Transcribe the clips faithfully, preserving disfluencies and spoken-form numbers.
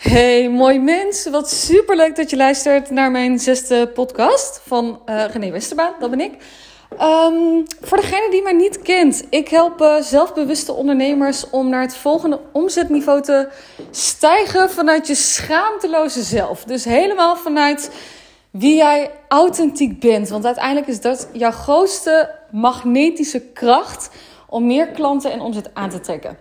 Hey, mooi mens. Wat superleuk dat je luistert naar mijn zesde podcast van uh, René Westerbaan. Dat ben ik. Um, voor degene die mij niet kent. Ik help uh, zelfbewuste ondernemers om naar het volgende omzetniveau te stijgen vanuit je schaamteloze zelf. Dus helemaal vanuit wie jij authentiek bent. Want uiteindelijk is dat jouw grootste magnetische kracht om meer klanten en omzet aan te trekken.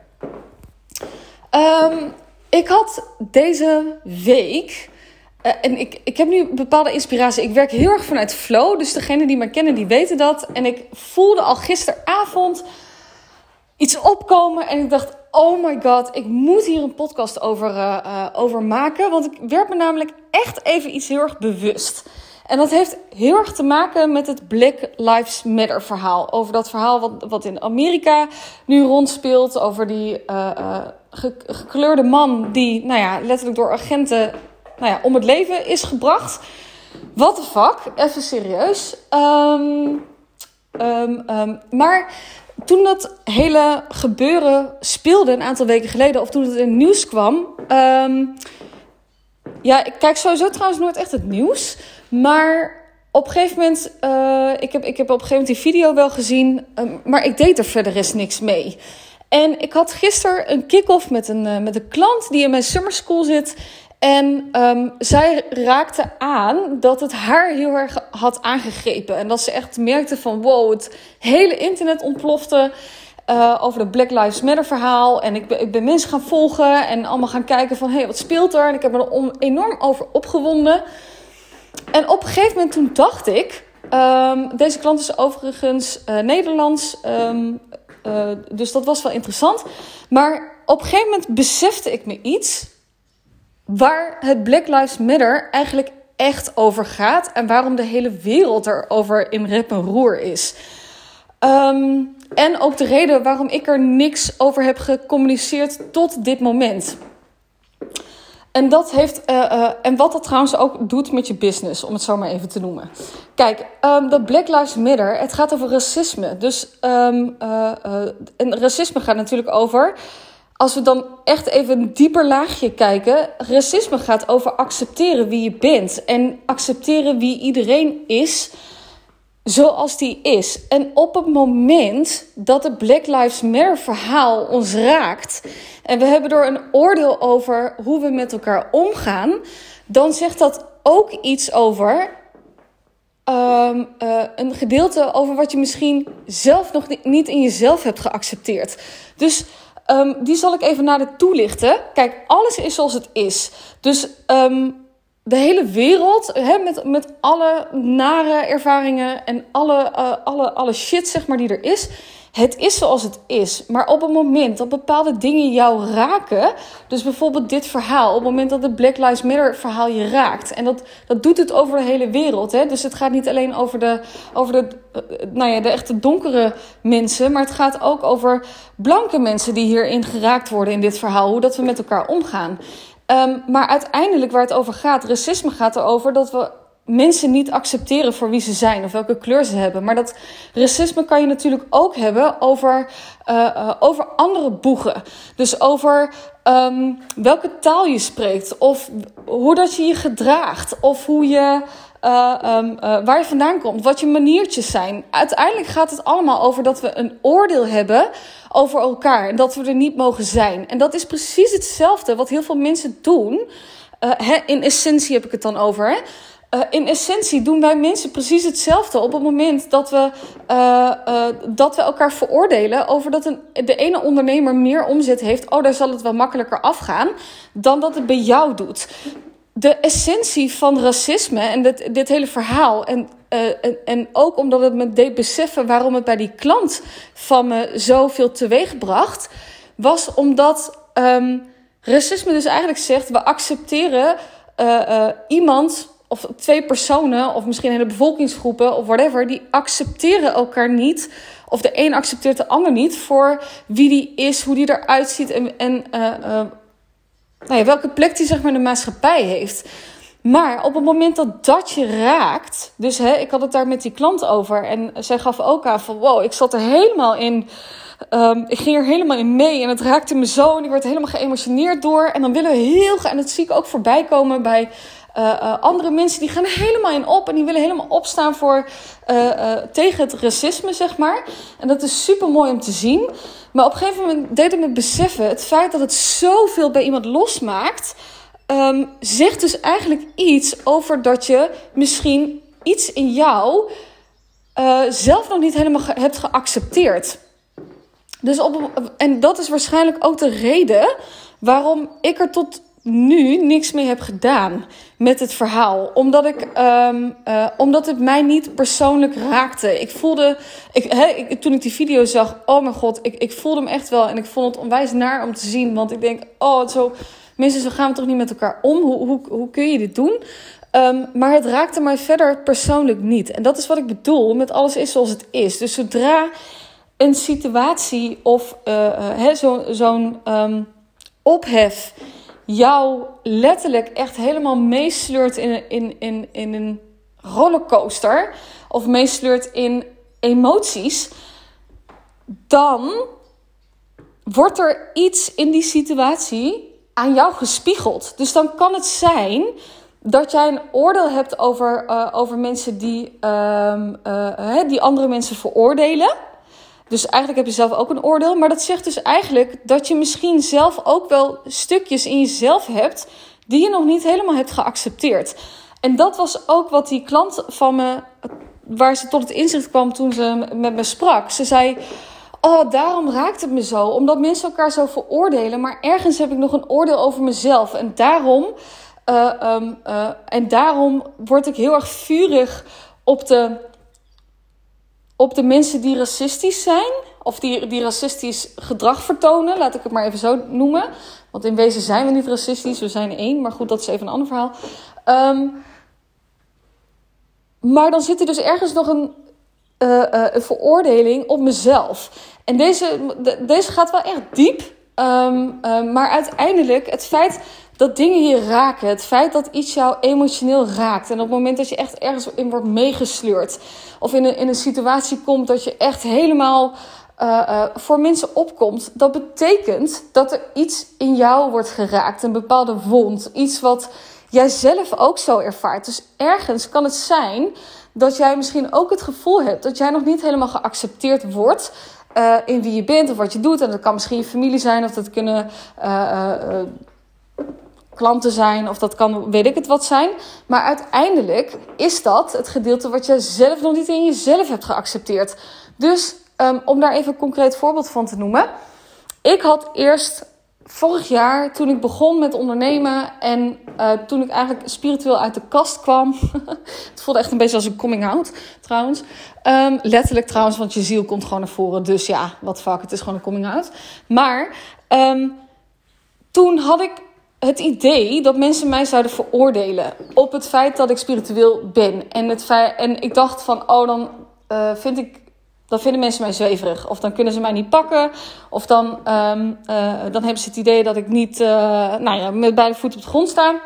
Um, ik had deze week, uh, en ik, ik heb nu een bepaalde inspiratie. Ik werk heel erg vanuit flow, dus degenen die mij kennen, die weten dat. En ik voelde al gisteravond iets opkomen en ik dacht, oh my god, ik moet hier een podcast over, uh, uh, over maken. Want ik werd me namelijk echt even iets heel erg bewust. En dat heeft heel erg te maken met het Black Lives Matter verhaal. Over dat verhaal wat, wat in Amerika nu rondspeelt. Over die uh, uh, ge- gekleurde man die nou ja, letterlijk door agenten nou ja, om het leven is gebracht. What the fuck? Even serieus. Um, um, um, maar toen dat hele gebeuren speelde een aantal weken geleden, of toen het in het nieuws kwam. Um, ja, ik kijk sowieso trouwens nooit echt het nieuws. Maar op een gegeven moment, uh, ik, heb, ik heb op een gegeven moment die video wel gezien, um, maar ik deed er verder eens niks mee. En ik had gisteren een kick-off met een, uh, met een klant die in mijn summer school zit. En um, zij raakte aan dat het haar heel erg had aangegrepen. En dat ze echt merkte van wow, het hele internet ontplofte uh, over het Black Lives Matter verhaal. En ik ben, ik ben mensen gaan volgen en allemaal gaan kijken van hé, hey, wat speelt er? En ik heb me er om, enorm over opgewonden. En op een gegeven moment toen dacht ik, um, deze klant is overigens uh, Nederlands, um, uh, dus dat was wel interessant. Maar op een gegeven moment besefte ik me iets waar het Black Lives Matter eigenlijk echt over gaat en waarom de hele wereld erover in rep en roer is. Um, en ook de reden waarom ik er niks over heb gecommuniceerd tot dit moment. En, dat heeft, uh, uh, en wat dat trouwens ook doet met je business, om het zo maar even te noemen. Kijk, um, dat Black Lives Matter, het gaat over racisme. Dus um, uh, uh, en racisme gaat natuurlijk over, als we dan echt even een dieper laagje kijken, racisme gaat over accepteren wie je bent. En accepteren wie iedereen is, zoals die is. En op het moment dat het Black Lives Matter verhaal ons raakt en we hebben er een oordeel over hoe we met elkaar omgaan, dan zegt dat ook iets over um, uh, een gedeelte over wat je misschien zelf nog niet in jezelf hebt geaccepteerd. Dus um, die zal ik even nader toelichten. Kijk, alles is zoals het is. Dus um, de hele wereld, hè, met, met alle nare ervaringen en alle, uh, alle, alle shit zeg maar, die er is. Het is zoals het is. Maar op het moment dat bepaalde dingen jou raken, dus bijvoorbeeld dit verhaal, op het moment dat het Black Lives Matter verhaal je raakt. En dat, dat doet het over de hele wereld. Hè? Dus het gaat niet alleen over, de, over de, nou ja, de echte donkere mensen, maar het gaat ook over blanke mensen die hierin geraakt worden in dit verhaal. Hoe dat we met elkaar omgaan. Um, maar uiteindelijk waar het over gaat, racisme gaat erover dat we mensen niet accepteren voor wie ze zijn of welke kleur ze hebben. Maar dat racisme kan je natuurlijk ook hebben over, uh, uh, over andere boegen. Dus over um, welke taal je spreekt of hoe dat je je gedraagt of hoe je, uh, um, uh, waar je vandaan komt, wat je maniertjes zijn. Uiteindelijk gaat het allemaal over dat we een oordeel hebben over elkaar en dat we er niet mogen zijn. En dat is precies hetzelfde wat heel veel mensen doen. Uh, hè, in essentie heb ik het dan over, hè. Uh, in essentie doen wij mensen precies hetzelfde op het moment dat we, uh, uh, dat we elkaar veroordelen over dat een, de ene ondernemer meer omzet heeft. Oh, daar zal het wel makkelijker afgaan dan dat het bij jou doet. De essentie van racisme en dit, dit hele verhaal en, uh, en, en ook omdat het me deed beseffen waarom het bij die klant van me zoveel teweegbracht, was omdat um, racisme dus eigenlijk zegt, we accepteren uh, uh, iemand of twee personen, of misschien hele bevolkingsgroepen, of whatever, die accepteren elkaar niet. Of de een accepteert de ander niet voor wie die is, hoe die eruit ziet en, en uh, uh, nou ja, welke plek die zeg maar in de maatschappij heeft. Maar op het moment dat dat je raakt, dus hè, ik had het daar met die klant over en zij gaf ook aan van wow, ik zat er helemaal in Um, ik ging er helemaal in mee en het raakte me zo en ik werd helemaal geëmotioneerd door. En dan willen we heel graag, en dat zie ik ook voorbij komen bij uh, uh, andere mensen, die gaan er helemaal in op en die willen helemaal opstaan voor, uh, uh, tegen het racisme, zeg maar. En dat is super mooi om te zien. Maar op een gegeven moment deed het me beseffen, het feit dat het zoveel bij iemand losmaakt, um, zegt dus eigenlijk iets over dat je misschien iets in jou uh, zelf nog niet helemaal ge- hebt geaccepteerd. Dus op, en dat is waarschijnlijk ook de reden waarom ik er tot nu niks mee heb gedaan met het verhaal. Omdat, ik, um, uh, omdat het mij niet persoonlijk raakte. Ik voelde, ik, he, ik, toen ik die video zag, oh mijn god, ik, ik voelde hem echt wel. En ik vond het onwijs naar om te zien. Want ik denk, oh, zo, mensen, zo gaan we toch niet met elkaar om? Hoe, hoe, hoe kun je dit doen? Um, maar het raakte mij verder persoonlijk niet. En dat is wat ik bedoel met alles is zoals het is. Dus zodra een situatie of uh, uh, he, zo, zo'n um, ophef jou letterlijk echt helemaal meesleurt in, in, in, in een rollercoaster of meesleurt in emoties, dan wordt er iets in die situatie aan jou gespiegeld. Dus dan kan het zijn dat jij een oordeel hebt over, uh, over mensen die, uh, uh, die andere mensen veroordelen. Dus eigenlijk heb je zelf ook een oordeel. Maar dat zegt dus eigenlijk dat je misschien zelf ook wel stukjes in jezelf hebt die je nog niet helemaal hebt geaccepteerd. En dat was ook wat die klant van me, waar ze tot het inzicht kwam toen ze met me sprak. Ze zei, oh, daarom raakt het me zo. Omdat mensen elkaar zo veroordelen. Maar ergens heb ik nog een oordeel over mezelf. En daarom, uh, um, uh, en daarom word ik heel erg vurig op de... op de mensen die racistisch zijn, of die, die racistisch gedrag vertonen, laat ik het maar even zo noemen. Want in wezen zijn we niet racistisch, we zijn één, maar goed, dat is even een ander verhaal. Um, maar dan zit er dus ergens nog een, uh, uh, een veroordeling op mezelf. En deze, de, deze gaat wel echt diep, um, uh, maar uiteindelijk het feit dat dingen je raken, het feit dat iets jou emotioneel raakt, en op het moment dat je echt ergens in wordt meegesleurd, of in een, in een situatie komt dat je echt helemaal uh, uh, voor mensen opkomt, dat betekent dat er iets in jou wordt geraakt, een bepaalde wond, iets wat jij zelf ook zo ervaart. Dus ergens kan het zijn dat jij misschien ook het gevoel hebt dat jij nog niet helemaal geaccepteerd wordt uh, in wie je bent of wat je doet. En dat kan misschien je familie zijn, of dat kunnen Uh, uh, klanten zijn, of dat kan weet ik het wat zijn. Maar uiteindelijk is dat het gedeelte wat je zelf nog niet in jezelf hebt geaccepteerd. Dus um, om daar even een concreet voorbeeld van te noemen. Ik had eerst vorig jaar, toen ik begon met ondernemen en uh, toen ik eigenlijk spiritueel uit de kast kwam. Het voelde echt een beetje als een coming out trouwens. Um, letterlijk trouwens, want je ziel komt gewoon naar voren. Dus ja, wat fuck, het is gewoon een coming out. Maar um, toen had ik het idee dat mensen mij zouden veroordelen op het feit dat ik spiritueel ben. En, het feit, en ik dacht van, oh, dan, uh, vind ik, dan vinden mensen mij zweverig. Of dan kunnen ze mij niet pakken. Of dan, um, uh, dan hebben ze het idee dat ik niet uh, nou ja, met beide voeten op de grond sta.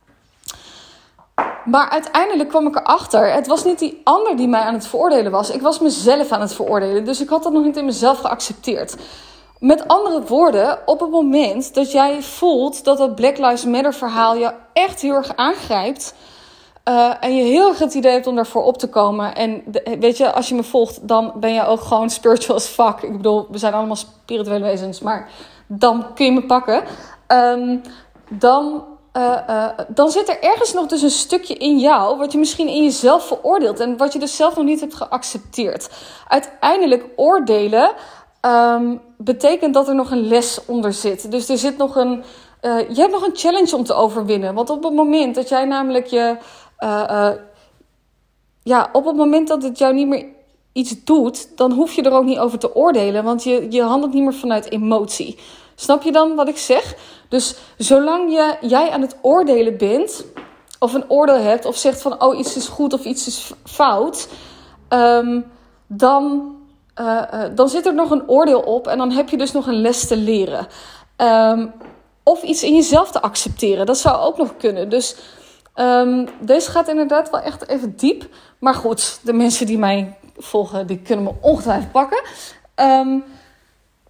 Maar uiteindelijk kwam ik erachter, het was niet die ander die mij aan het veroordelen was. Ik was mezelf aan het veroordelen. Dus ik had dat nog niet in mezelf geaccepteerd. Met andere woorden, op het moment dat jij voelt dat dat Black Lives Matter verhaal je echt heel erg aangrijpt, uh, en je heel erg het idee hebt om daarvoor op te komen. En de, weet je, als je me volgt, dan ben je ook gewoon spiritual as fuck. Ik bedoel, we zijn allemaal spirituele wezens, maar dan kun je me pakken. Um, dan, uh, uh, dan zit er ergens nog dus een stukje in jou wat je misschien in jezelf veroordeelt en wat je dus zelf nog niet hebt geaccepteerd. Uiteindelijk oordelen Um, betekent dat er nog een les onder zit. Dus er zit nog een, uh, je hebt nog een challenge om te overwinnen. Want op het moment dat jij namelijk je, uh, uh, ja, op het moment dat het jou niet meer iets doet, dan hoef je er ook niet over te oordelen, want je, je handelt niet meer vanuit emotie. Snap je dan wat ik zeg? Dus zolang je, jij aan het oordelen bent, of een oordeel hebt, of zegt van, oh, iets is goed of iets is fout, um, dan Uh, uh, dan zit er nog een oordeel op en dan heb je dus nog een les te leren. Um, of iets in jezelf te accepteren. Dat zou ook nog kunnen. Dus um, deze gaat inderdaad wel echt even diep. Maar goed, de mensen die mij volgen, die kunnen me ongetwijfeld pakken. Um,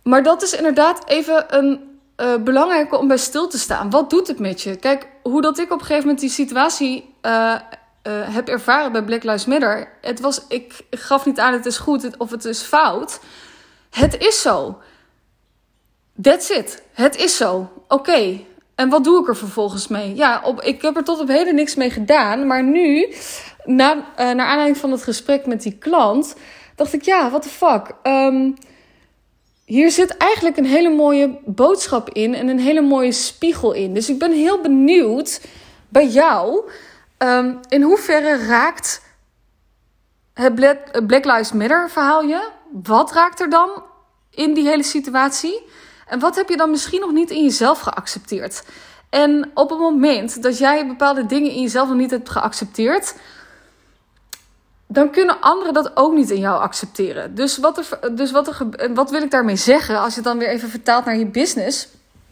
Maar dat is inderdaad even een uh, belangrijke om bij stil te staan. Wat doet het met je? Kijk, hoe dat ik op een gegeven moment die situatie uh, uh, heb ervaren bij Black Lives Matter. Het was, ik, ik gaf niet aan het is goed of het is fout. Het is zo. That's it. Het is zo. Oké. Okay. En wat doe ik er vervolgens mee? Ja, op, ik heb er tot op heden niks mee gedaan. Maar nu, na, uh, naar aanleiding van het gesprek met die klant, dacht ik, ja, what the fuck. Um, hier zit eigenlijk een hele mooie boodschap in en een hele mooie spiegel in. Dus ik ben heel benieuwd bij jou, um, in hoeverre raakt het Black, Black Lives Matter verhaal je? Wat raakt er dan in die hele situatie? En wat heb je dan misschien nog niet in jezelf geaccepteerd? En op het moment dat jij bepaalde dingen in jezelf nog niet hebt geaccepteerd, dan kunnen anderen dat ook niet in jou accepteren. Dus wat, er, dus wat, er, wat wil ik daarmee zeggen? Als je het dan weer even vertaalt naar je business.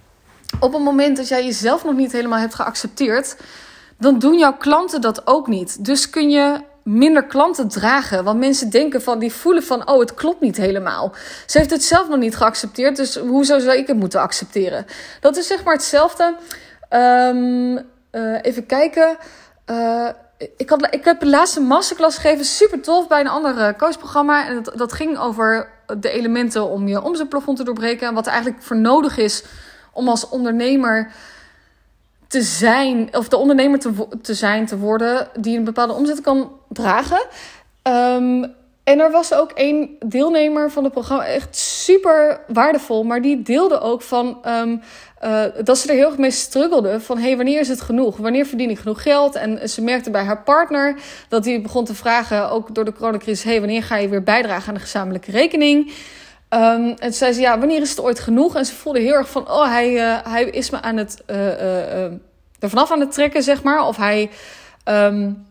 Op het moment dat jij jezelf nog niet helemaal hebt geaccepteerd, dan doen jouw klanten dat ook niet. Dus kun je minder klanten dragen. Want mensen denken van, die voelen van, oh, het klopt niet helemaal. Ze heeft het zelf nog niet geaccepteerd, dus hoezo zou ik het moeten accepteren? Dat is zeg maar hetzelfde. Um, uh, even kijken. Uh, ik, had, ik heb de laatste masterclass gegeven, super tof, bij een ander coachprogramma. En dat, dat ging over de elementen om je omzetplafond te doorbreken. En wat er eigenlijk voor nodig is om als ondernemer te zijn, of de ondernemer te, te zijn, te worden, die een bepaalde omzet kan dragen. Um, en er was ook één deelnemer van het programma, echt super waardevol, maar die deelde ook van um, uh, dat ze er heel erg mee struggelde van, hey, wanneer is het genoeg? Wanneer verdien ik genoeg geld? En ze merkte bij haar partner dat hij begon te vragen, ook door de coronacrisis, hey, wanneer ga je weer bijdragen aan de gezamenlijke rekening? Um, en zei ze, ja, wanneer is het ooit genoeg? En ze voelde heel erg van, oh, hij, uh, hij is me aan het uh, uh, uh, er vanaf aan het trekken, zeg maar. Of hij, um,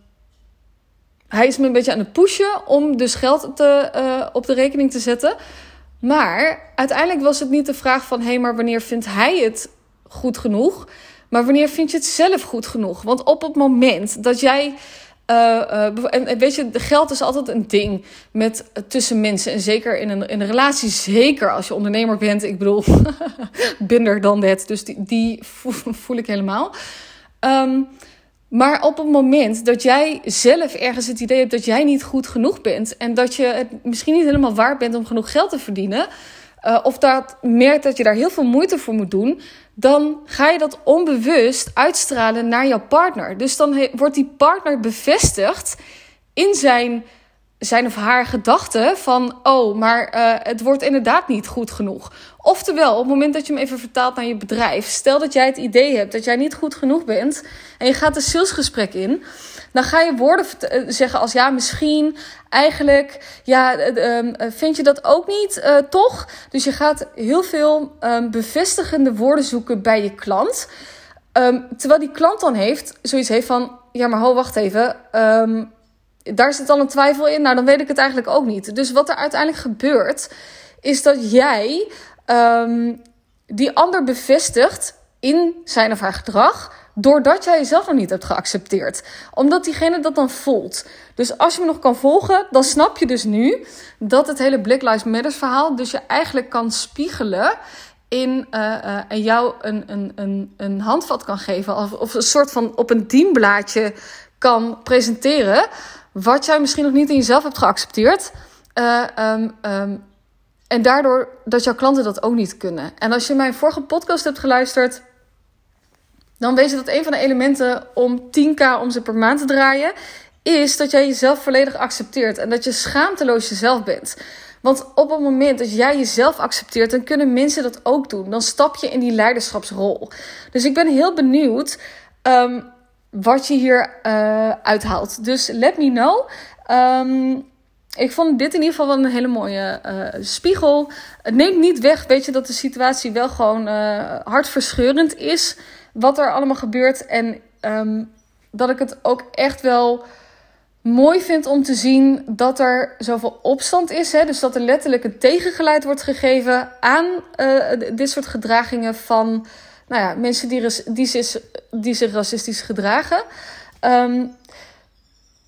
hij is me een beetje aan het pushen om dus geld te, uh, op de rekening te zetten. Maar uiteindelijk was het niet de vraag van, hé, hey, maar wanneer vindt hij het goed genoeg? Maar wanneer vind je het zelf goed genoeg? Want op het moment dat jij Uh, uh, en weet je, geld is altijd een ding met, uh, tussen mensen. En zeker in een, in een relatie, zeker als je ondernemer bent. Ik bedoel, binder dan dat. Dus die, die voel, voel ik helemaal. Um, maar op het moment dat jij zelf ergens het idee hebt dat jij niet goed genoeg bent, en dat je het misschien niet helemaal waard bent om genoeg geld te verdienen, Uh, of dat merkt dat je daar heel veel moeite voor moet doen, dan ga je dat onbewust uitstralen naar jouw partner. Dus dan he- wordt die partner bevestigd in zijn, zijn of haar gedachten van, oh, maar uh, het wordt inderdaad niet goed genoeg. Oftewel, op het moment dat je hem even vertaalt naar je bedrijf, stel dat jij het idee hebt dat jij niet goed genoeg bent en je gaat een salesgesprek in, dan ga je woorden zeggen als, ja, misschien, eigenlijk, ja, uh, vind je dat ook niet, uh, toch? Dus je gaat heel veel um, bevestigende woorden zoeken bij je klant. Um, terwijl die klant dan heeft, zoiets heeft van, ja, maar ho, wacht even, um, daar zit al een twijfel in, nou, dan weet ik het eigenlijk ook niet. Dus wat er uiteindelijk gebeurt, is dat jij um, die ander bevestigt in zijn of haar gedrag, doordat jij jezelf nog niet hebt geaccepteerd. Omdat diegene dat dan voelt. Dus als je me nog kan volgen, dan snap je dus nu dat het hele Black Lives Matter verhaal dus je eigenlijk kan spiegelen in uh, uh, en jou een, een, een, een handvat kan geven, of, of een soort van op een dienblaadje kan presenteren, wat jij misschien nog niet in jezelf hebt geaccepteerd. Uh, um, um, en daardoor dat jouw klanten dat ook niet kunnen. En als je mijn vorige podcast hebt geluisterd, dan weet je dat een van de elementen om tien k omzet per maand te draaien is dat jij jezelf volledig accepteert en dat je schaamteloos jezelf bent. Want op het moment dat jij jezelf accepteert, dan kunnen mensen dat ook doen. Dan stap je in die leiderschapsrol. Dus ik ben heel benieuwd um, wat je hier uh, uithaalt. Dus let me know. Um, ik vond dit in ieder geval wel een hele mooie uh, spiegel. Het neemt niet weg, weet je, dat de situatie wel gewoon uh, hartverscheurend is, wat er allemaal gebeurt. En um, dat ik het ook echt wel mooi vind om te zien dat er zoveel opstand is. Hè? Dus dat er letterlijk een tegengeluid wordt gegeven aan uh, dit soort gedragingen van, nou ja, mensen die, res- die, zich, die zich racistisch gedragen. Um,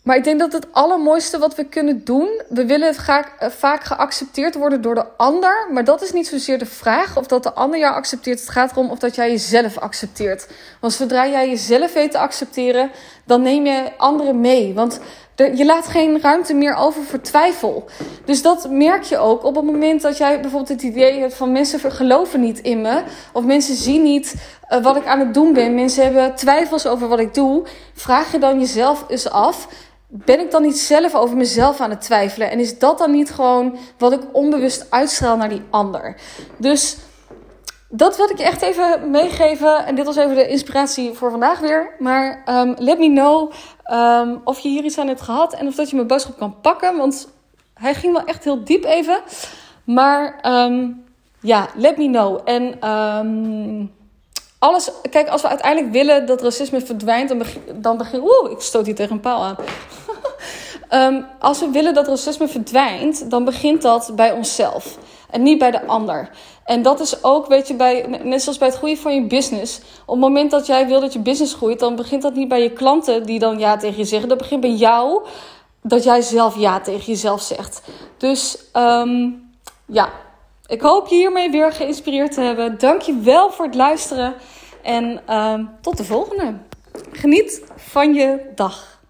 Maar ik denk dat het allermooiste wat we kunnen doen... We willen vaak, uh, vaak geaccepteerd worden door de ander. Maar dat is niet zozeer de vraag of dat de ander jou accepteert. Het gaat erom of dat jij jezelf accepteert. Want zodra jij jezelf weet te accepteren... dan neem je anderen mee. Want de, je laat geen ruimte meer over voor twijfel. Dus dat merk je ook op het moment dat jij bijvoorbeeld het idee hebt... van mensen geloven niet in me. Of mensen zien niet uh, wat ik aan het doen ben. Mensen hebben twijfels over wat ik doe. Vraag je dan jezelf eens af... Ben ik dan niet zelf over mezelf aan het twijfelen? En is dat dan niet gewoon wat ik onbewust uitstraal naar die ander? Dus dat wil ik je echt even meegeven. En dit was even de inspiratie voor vandaag weer. Maar um, let me know um, of je hier iets aan hebt gehad. En of dat je mijn boodschap kan pakken. Want hij ging wel echt heel diep even. Maar um, ja, let me know. En... Um, Alles, kijk, als we uiteindelijk willen dat racisme verdwijnt, dan begin, dan begin oeh, ik stoot hier tegen een paal aan. um, als we willen dat racisme verdwijnt, dan begint dat bij onszelf en niet bij de ander. En dat is ook, weet je, bij, net zoals bij het groeien van je business. Op het moment dat jij wil dat je business groeit, dan begint dat niet bij je klanten die dan ja tegen je zeggen. Dat begint bij jou, dat jij zelf ja tegen jezelf zegt. Dus um, ja... Ik hoop je hiermee weer geïnspireerd te hebben. Dank je wel voor het luisteren. En uh, tot de volgende. Geniet van je dag.